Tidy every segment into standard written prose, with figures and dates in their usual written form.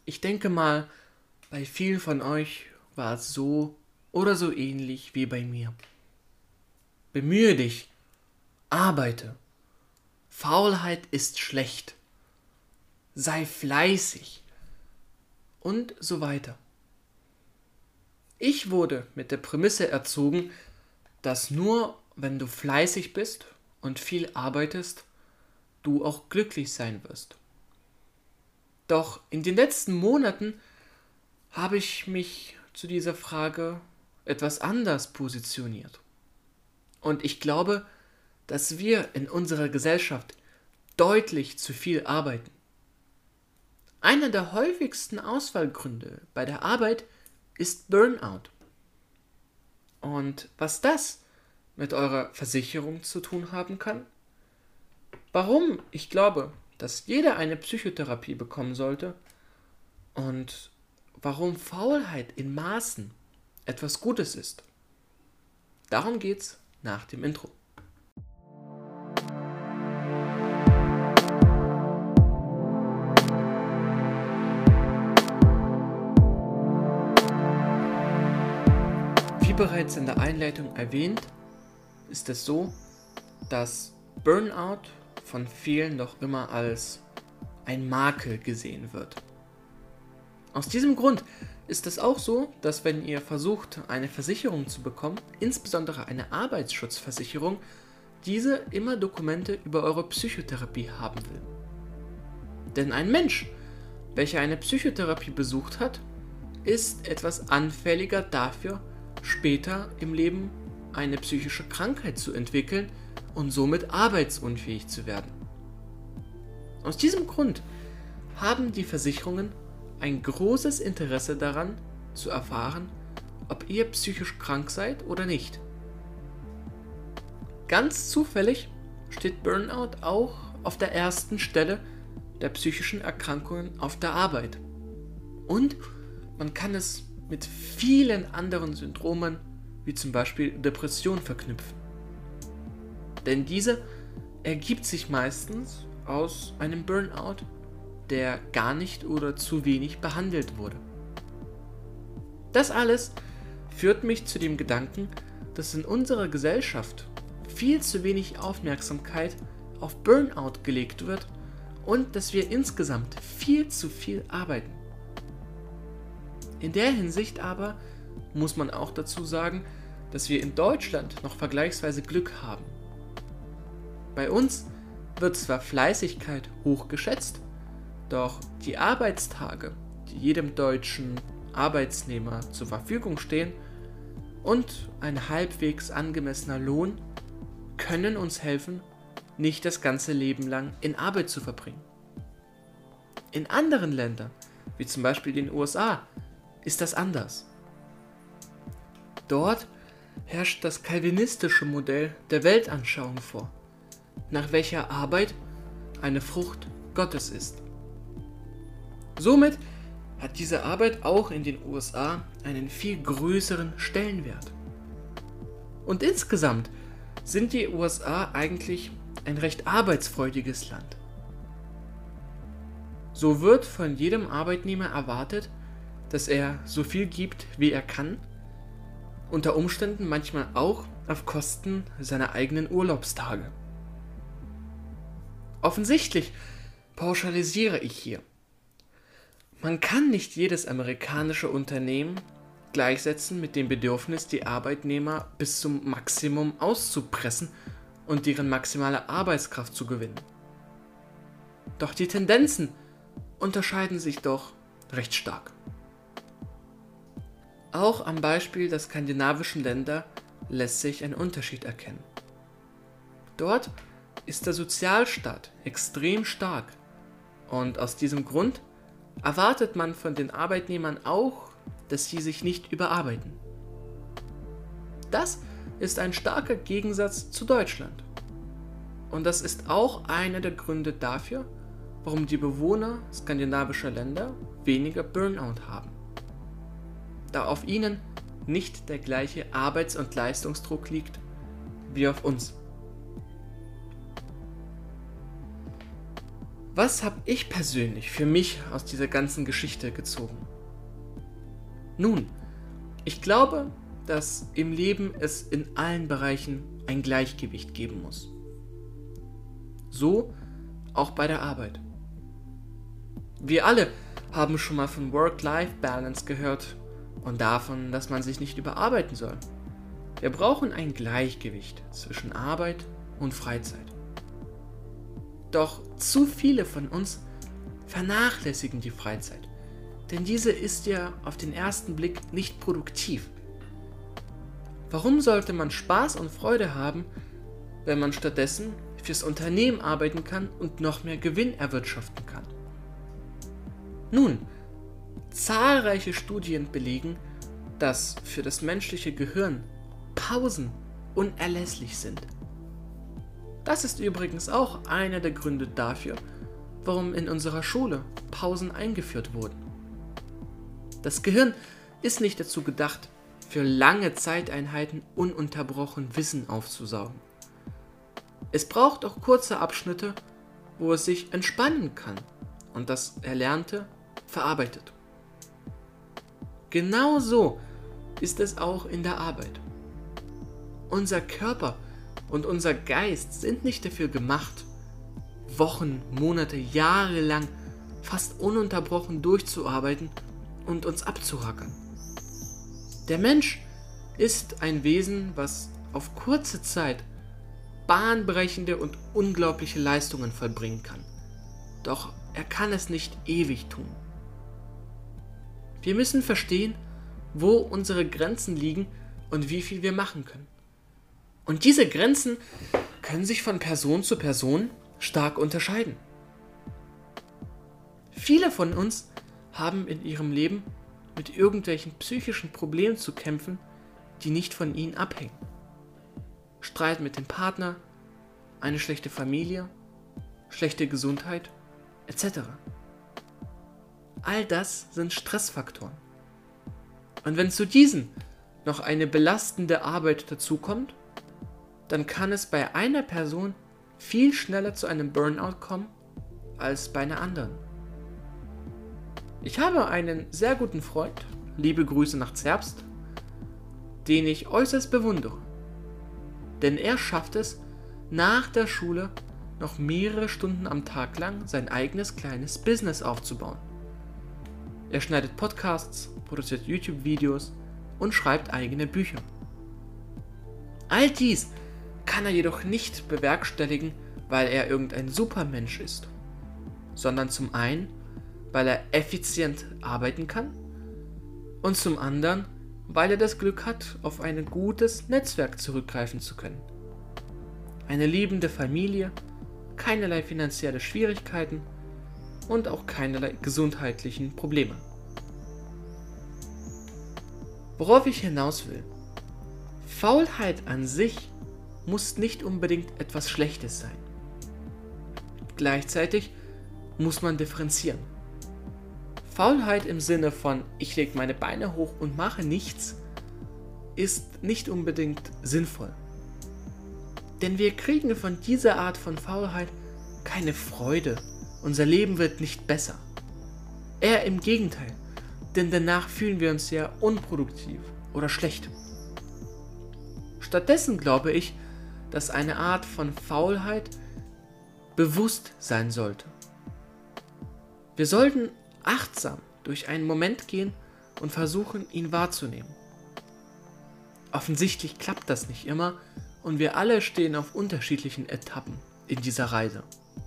Ich denke mal, bei vielen von euch war es so oder so ähnlich wie bei mir. Bemühe dich, arbeite. Faulheit ist schlecht. Sei fleißig und so weiter. Ich wurde mit der Prämisse erzogen, dass nur wenn du fleißig bist und viel arbeitest, du auch glücklich sein wirst. Doch in den letzten Monaten habe ich mich zu dieser Frage etwas anders positioniert. Und ich glaube, dass wir in unserer Gesellschaft deutlich zu viel arbeiten. Einer der häufigsten Ausfallgründe bei der Arbeit ist Burnout. Und was das mit eurer Versicherung zu tun haben kann? Warum ich glaube, dass jeder eine Psychotherapie bekommen sollte und warum Faulheit in Maßen etwas Gutes ist. Darum geht's nach dem Intro. Wie bereits in der Einleitung erwähnt, ist es so, dass Burnout von vielen noch immer als ein Makel gesehen wird. Aus diesem Grund ist es auch so, dass wenn ihr versucht, eine Versicherung zu bekommen, insbesondere eine Arbeitsschutzversicherung, diese immer Dokumente über eure Psychotherapie haben will. Denn ein Mensch, welcher eine Psychotherapie besucht hat, ist etwas anfälliger dafür, später im Leben eine psychische Krankheit zu entwickeln und somit arbeitsunfähig zu werden. Aus diesem Grund haben die Versicherungen ein großes Interesse daran, zu erfahren, ob ihr psychisch krank seid oder nicht. Ganz zufällig steht Burnout auch auf der ersten Stelle der psychischen Erkrankungen auf der Arbeit. Und man kann es mit vielen anderen Syndromen, wie zum Beispiel Depression, verknüpfen. Denn diese ergibt sich meistens aus einem Burnout, der gar nicht oder zu wenig behandelt wurde. Das alles führt mich zu dem Gedanken, dass in unserer Gesellschaft viel zu wenig Aufmerksamkeit auf Burnout gelegt wird und dass wir insgesamt viel zu viel arbeiten. In der Hinsicht aber muss man auch dazu sagen, dass wir in Deutschland noch vergleichsweise Glück haben. Bei uns wird zwar Fleißigkeit hoch geschätzt, doch die Arbeitstage, die jedem deutschen Arbeitsnehmer zur Verfügung stehen, und ein halbwegs angemessener Lohn können uns helfen, nicht das ganze Leben lang in Arbeit zu verbringen. In anderen Ländern, wie zum Beispiel den USA, ist das anders. Dort herrscht das calvinistische Modell der Weltanschauung vor, nach welcher Arbeit eine Frucht Gottes ist. Somit hat diese Arbeit auch in den USA einen viel größeren Stellenwert. Und insgesamt sind die USA eigentlich ein recht arbeitsfreudiges Land. So wird von jedem Arbeitnehmer erwartet, dass er so viel gibt, wie er kann, unter Umständen manchmal auch auf Kosten seiner eigenen Urlaubstage. Offensichtlich pauschalisiere ich hier. Man kann nicht jedes amerikanische Unternehmen gleichsetzen mit dem Bedürfnis, die Arbeitnehmer bis zum Maximum auszupressen und deren maximale Arbeitskraft zu gewinnen. Doch die Tendenzen unterscheiden sich doch recht stark. Auch am Beispiel der skandinavischen Länder lässt sich ein Unterschied erkennen. Dort ist der Sozialstaat extrem stark und aus diesem Grund erwartet man von den Arbeitnehmern auch, dass sie sich nicht überarbeiten. Das ist ein starker Gegensatz zu Deutschland. Und das ist auch einer der Gründe dafür, warum die Bewohner skandinavischer Länder weniger Burnout haben. Da auf ihnen nicht der gleiche Arbeits- und Leistungsdruck liegt wie auf uns. Was habe ich persönlich für mich aus dieser ganzen Geschichte gezogen? Nun, ich glaube, dass im Leben es in allen Bereichen ein Gleichgewicht geben muss. So auch bei der Arbeit. Wir alle haben schon mal von Work-Life-Balance gehört und davon, dass man sich nicht überarbeiten soll. Wir brauchen ein Gleichgewicht zwischen Arbeit und Freizeit. Doch zu viele von uns vernachlässigen die Freizeit, denn diese ist ja auf den ersten Blick nicht produktiv. Warum sollte man Spaß und Freude haben, wenn man stattdessen fürs Unternehmen arbeiten kann und noch mehr Gewinn erwirtschaften kann? Nun, zahlreiche Studien belegen, dass für das menschliche Gehirn Pausen unerlässlich sind. Das ist übrigens auch einer der Gründe dafür, warum in unserer Schule Pausen eingeführt wurden. Das Gehirn ist nicht dazu gedacht, für lange Zeiteinheiten ununterbrochen Wissen aufzusaugen. Es braucht auch kurze Abschnitte, wo es sich entspannen kann und das Erlernte verarbeitet. Genauso ist es auch in der Arbeit. Unser Körper und unser Geist sind nicht dafür gemacht, Wochen, Monate, Jahre lang fast ununterbrochen durchzuarbeiten und uns abzurackern. Der Mensch ist ein Wesen, was auf kurze Zeit bahnbrechende und unglaubliche Leistungen vollbringen kann. Doch er kann es nicht ewig tun. Wir müssen verstehen, wo unsere Grenzen liegen und wie viel wir machen können. Und diese Grenzen können sich von Person zu Person stark unterscheiden. Viele von uns haben in ihrem Leben mit irgendwelchen psychischen Problemen zu kämpfen, die nicht von ihnen abhängen. Streit mit dem Partner, eine schlechte Familie, schlechte Gesundheit, etc. All das sind Stressfaktoren. Und wenn zu diesen noch eine belastende Arbeit dazukommt, dann kann es bei einer Person viel schneller zu einem Burnout kommen als bei einer anderen. Ich habe einen sehr guten Freund, liebe Grüße nach Zerbst, den ich äußerst bewundere. Denn er schafft es, nach der Schule noch mehrere Stunden am Tag lang sein eigenes kleines Business aufzubauen. Er schneidet Podcasts, produziert YouTube-Videos und schreibt eigene Bücher. All dies kann er jedoch nicht bewerkstelligen, weil er irgendein Supermensch ist, sondern zum einen, weil er effizient arbeiten kann und zum anderen, weil er das Glück hat, auf ein gutes Netzwerk zurückgreifen zu können. Eine liebende Familie, keinerlei finanzielle Schwierigkeiten und auch keinerlei gesundheitlichen Probleme. Worauf ich hinaus will: Faulheit an sich muss nicht unbedingt etwas Schlechtes sein. Gleichzeitig muss man differenzieren. Faulheit im Sinne von ich lege meine Beine hoch und mache nichts ist nicht unbedingt sinnvoll. Denn wir kriegen von dieser Art von Faulheit keine Freude. Unser Leben wird nicht besser. Eher im Gegenteil, denn danach fühlen wir uns sehr unproduktiv oder schlecht. Stattdessen glaube ich, dass eine Art von Faulheit bewusst sein sollte. Wir sollten achtsam durch einen Moment gehen und versuchen, ihn wahrzunehmen. Offensichtlich klappt das nicht immer und wir alle stehen auf unterschiedlichen Etappen in dieser Reise.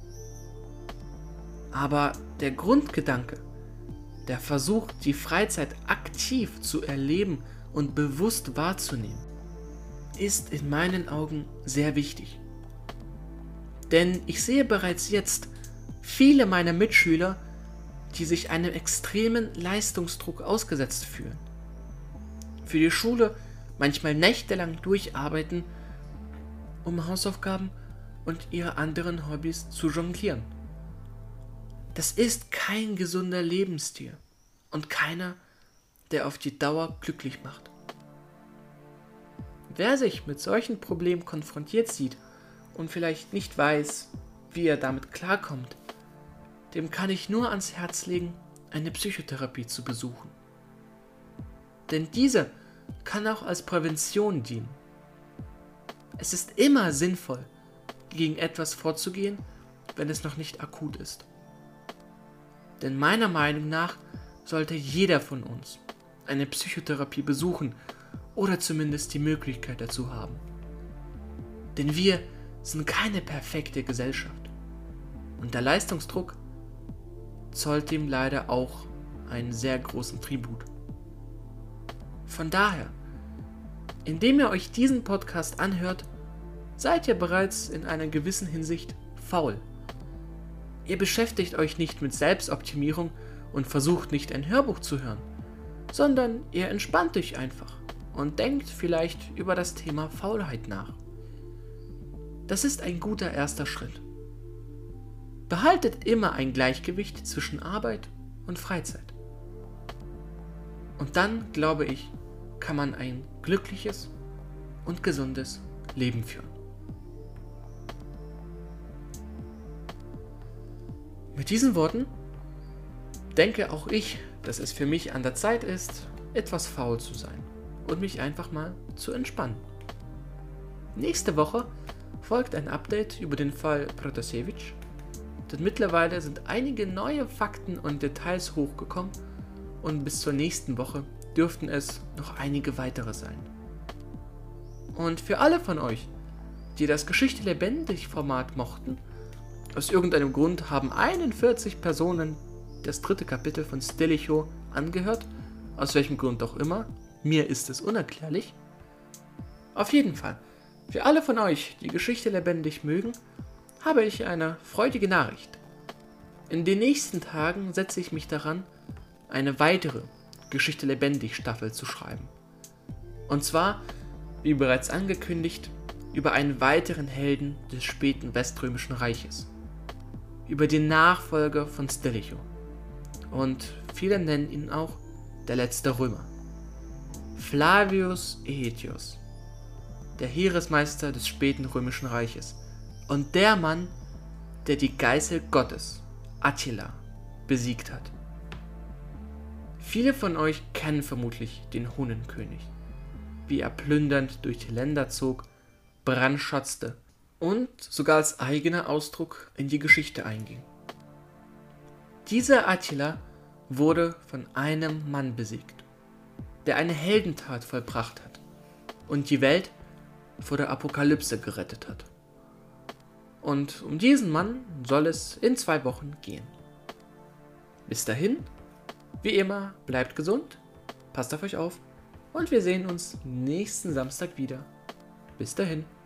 Aber der Grundgedanke, der Versuch, die Freizeit aktiv zu erleben und bewusst wahrzunehmen, ist in meinen Augen sehr wichtig. Denn ich sehe bereits jetzt viele meiner Mitschüler, die sich einem extremen Leistungsdruck ausgesetzt fühlen. Für die Schule manchmal nächtelang durcharbeiten, um Hausaufgaben und ihre anderen Hobbys zu jonglieren. Das ist kein gesunder Lebensstil und keiner, der auf die Dauer glücklich macht. Wer sich mit solchen Problemen konfrontiert sieht und vielleicht nicht weiß, wie er damit klarkommt, dem kann ich nur ans Herz legen, eine Psychotherapie zu besuchen. Denn diese kann auch als Prävention dienen. Es ist immer sinnvoll, gegen etwas vorzugehen, wenn es noch nicht akut ist. Denn meiner Meinung nach sollte jeder von uns eine Psychotherapie besuchen oder zumindest die Möglichkeit dazu haben. Denn wir sind keine perfekte Gesellschaft. Und der Leistungsdruck zollt ihm leider auch einen sehr großen Tribut. Von daher, indem ihr euch diesen Podcast anhört, seid ihr bereits in einer gewissen Hinsicht faul. Ihr beschäftigt euch nicht mit Selbstoptimierung und versucht nicht ein Hörbuch zu hören, sondern ihr entspannt euch einfach und denkt vielleicht über das Thema Faulheit nach. Das ist ein guter erster Schritt. Behaltet immer ein Gleichgewicht zwischen Arbeit und Freizeit. Und dann, glaube ich, kann man ein glückliches und gesundes Leben führen. Mit diesen Worten denke auch ich, dass es für mich an der Zeit ist, etwas faul zu sein und mich einfach mal zu entspannen. Nächste Woche folgt ein Update über den Fall Protasevich, denn mittlerweile sind einige neue Fakten und Details hochgekommen und bis zur nächsten Woche dürften es noch einige weitere sein. Und für alle von euch, die das Geschichte lebendig Format mochten, aus irgendeinem Grund haben 41 Personen das 3. Kapitel von Stilicho angehört, aus welchem Grund auch immer, mir ist es unerklärlich. Auf jeden Fall, für alle von euch, die Geschichte lebendig mögen, habe ich eine freudige Nachricht. In den nächsten Tagen setze ich mich daran, eine weitere Geschichte lebendig Staffel zu schreiben. Und zwar, wie bereits angekündigt, über einen weiteren Helden des späten Weströmischen Reiches. Über den Nachfolger von Stilicho. Und viele nennen ihn auch der letzte Römer. Flavius Aetius, der Heeresmeister des späten Römischen Reiches und der Mann, der die Geißel Gottes, Attila, besiegt hat. Viele von euch kennen vermutlich den Hunnenkönig, wie er plündernd durch die Länder zog, brandschatzte und sogar als eigener Ausdruck in die Geschichte einging. Dieser Attila wurde von einem Mann besiegt, der eine Heldentat vollbracht hat und die Welt vor der Apokalypse gerettet hat. Und um diesen Mann soll es in 2 Wochen gehen. Bis dahin, wie immer, bleibt gesund, passt auf euch auf und wir sehen uns nächsten Samstag wieder. Bis dahin.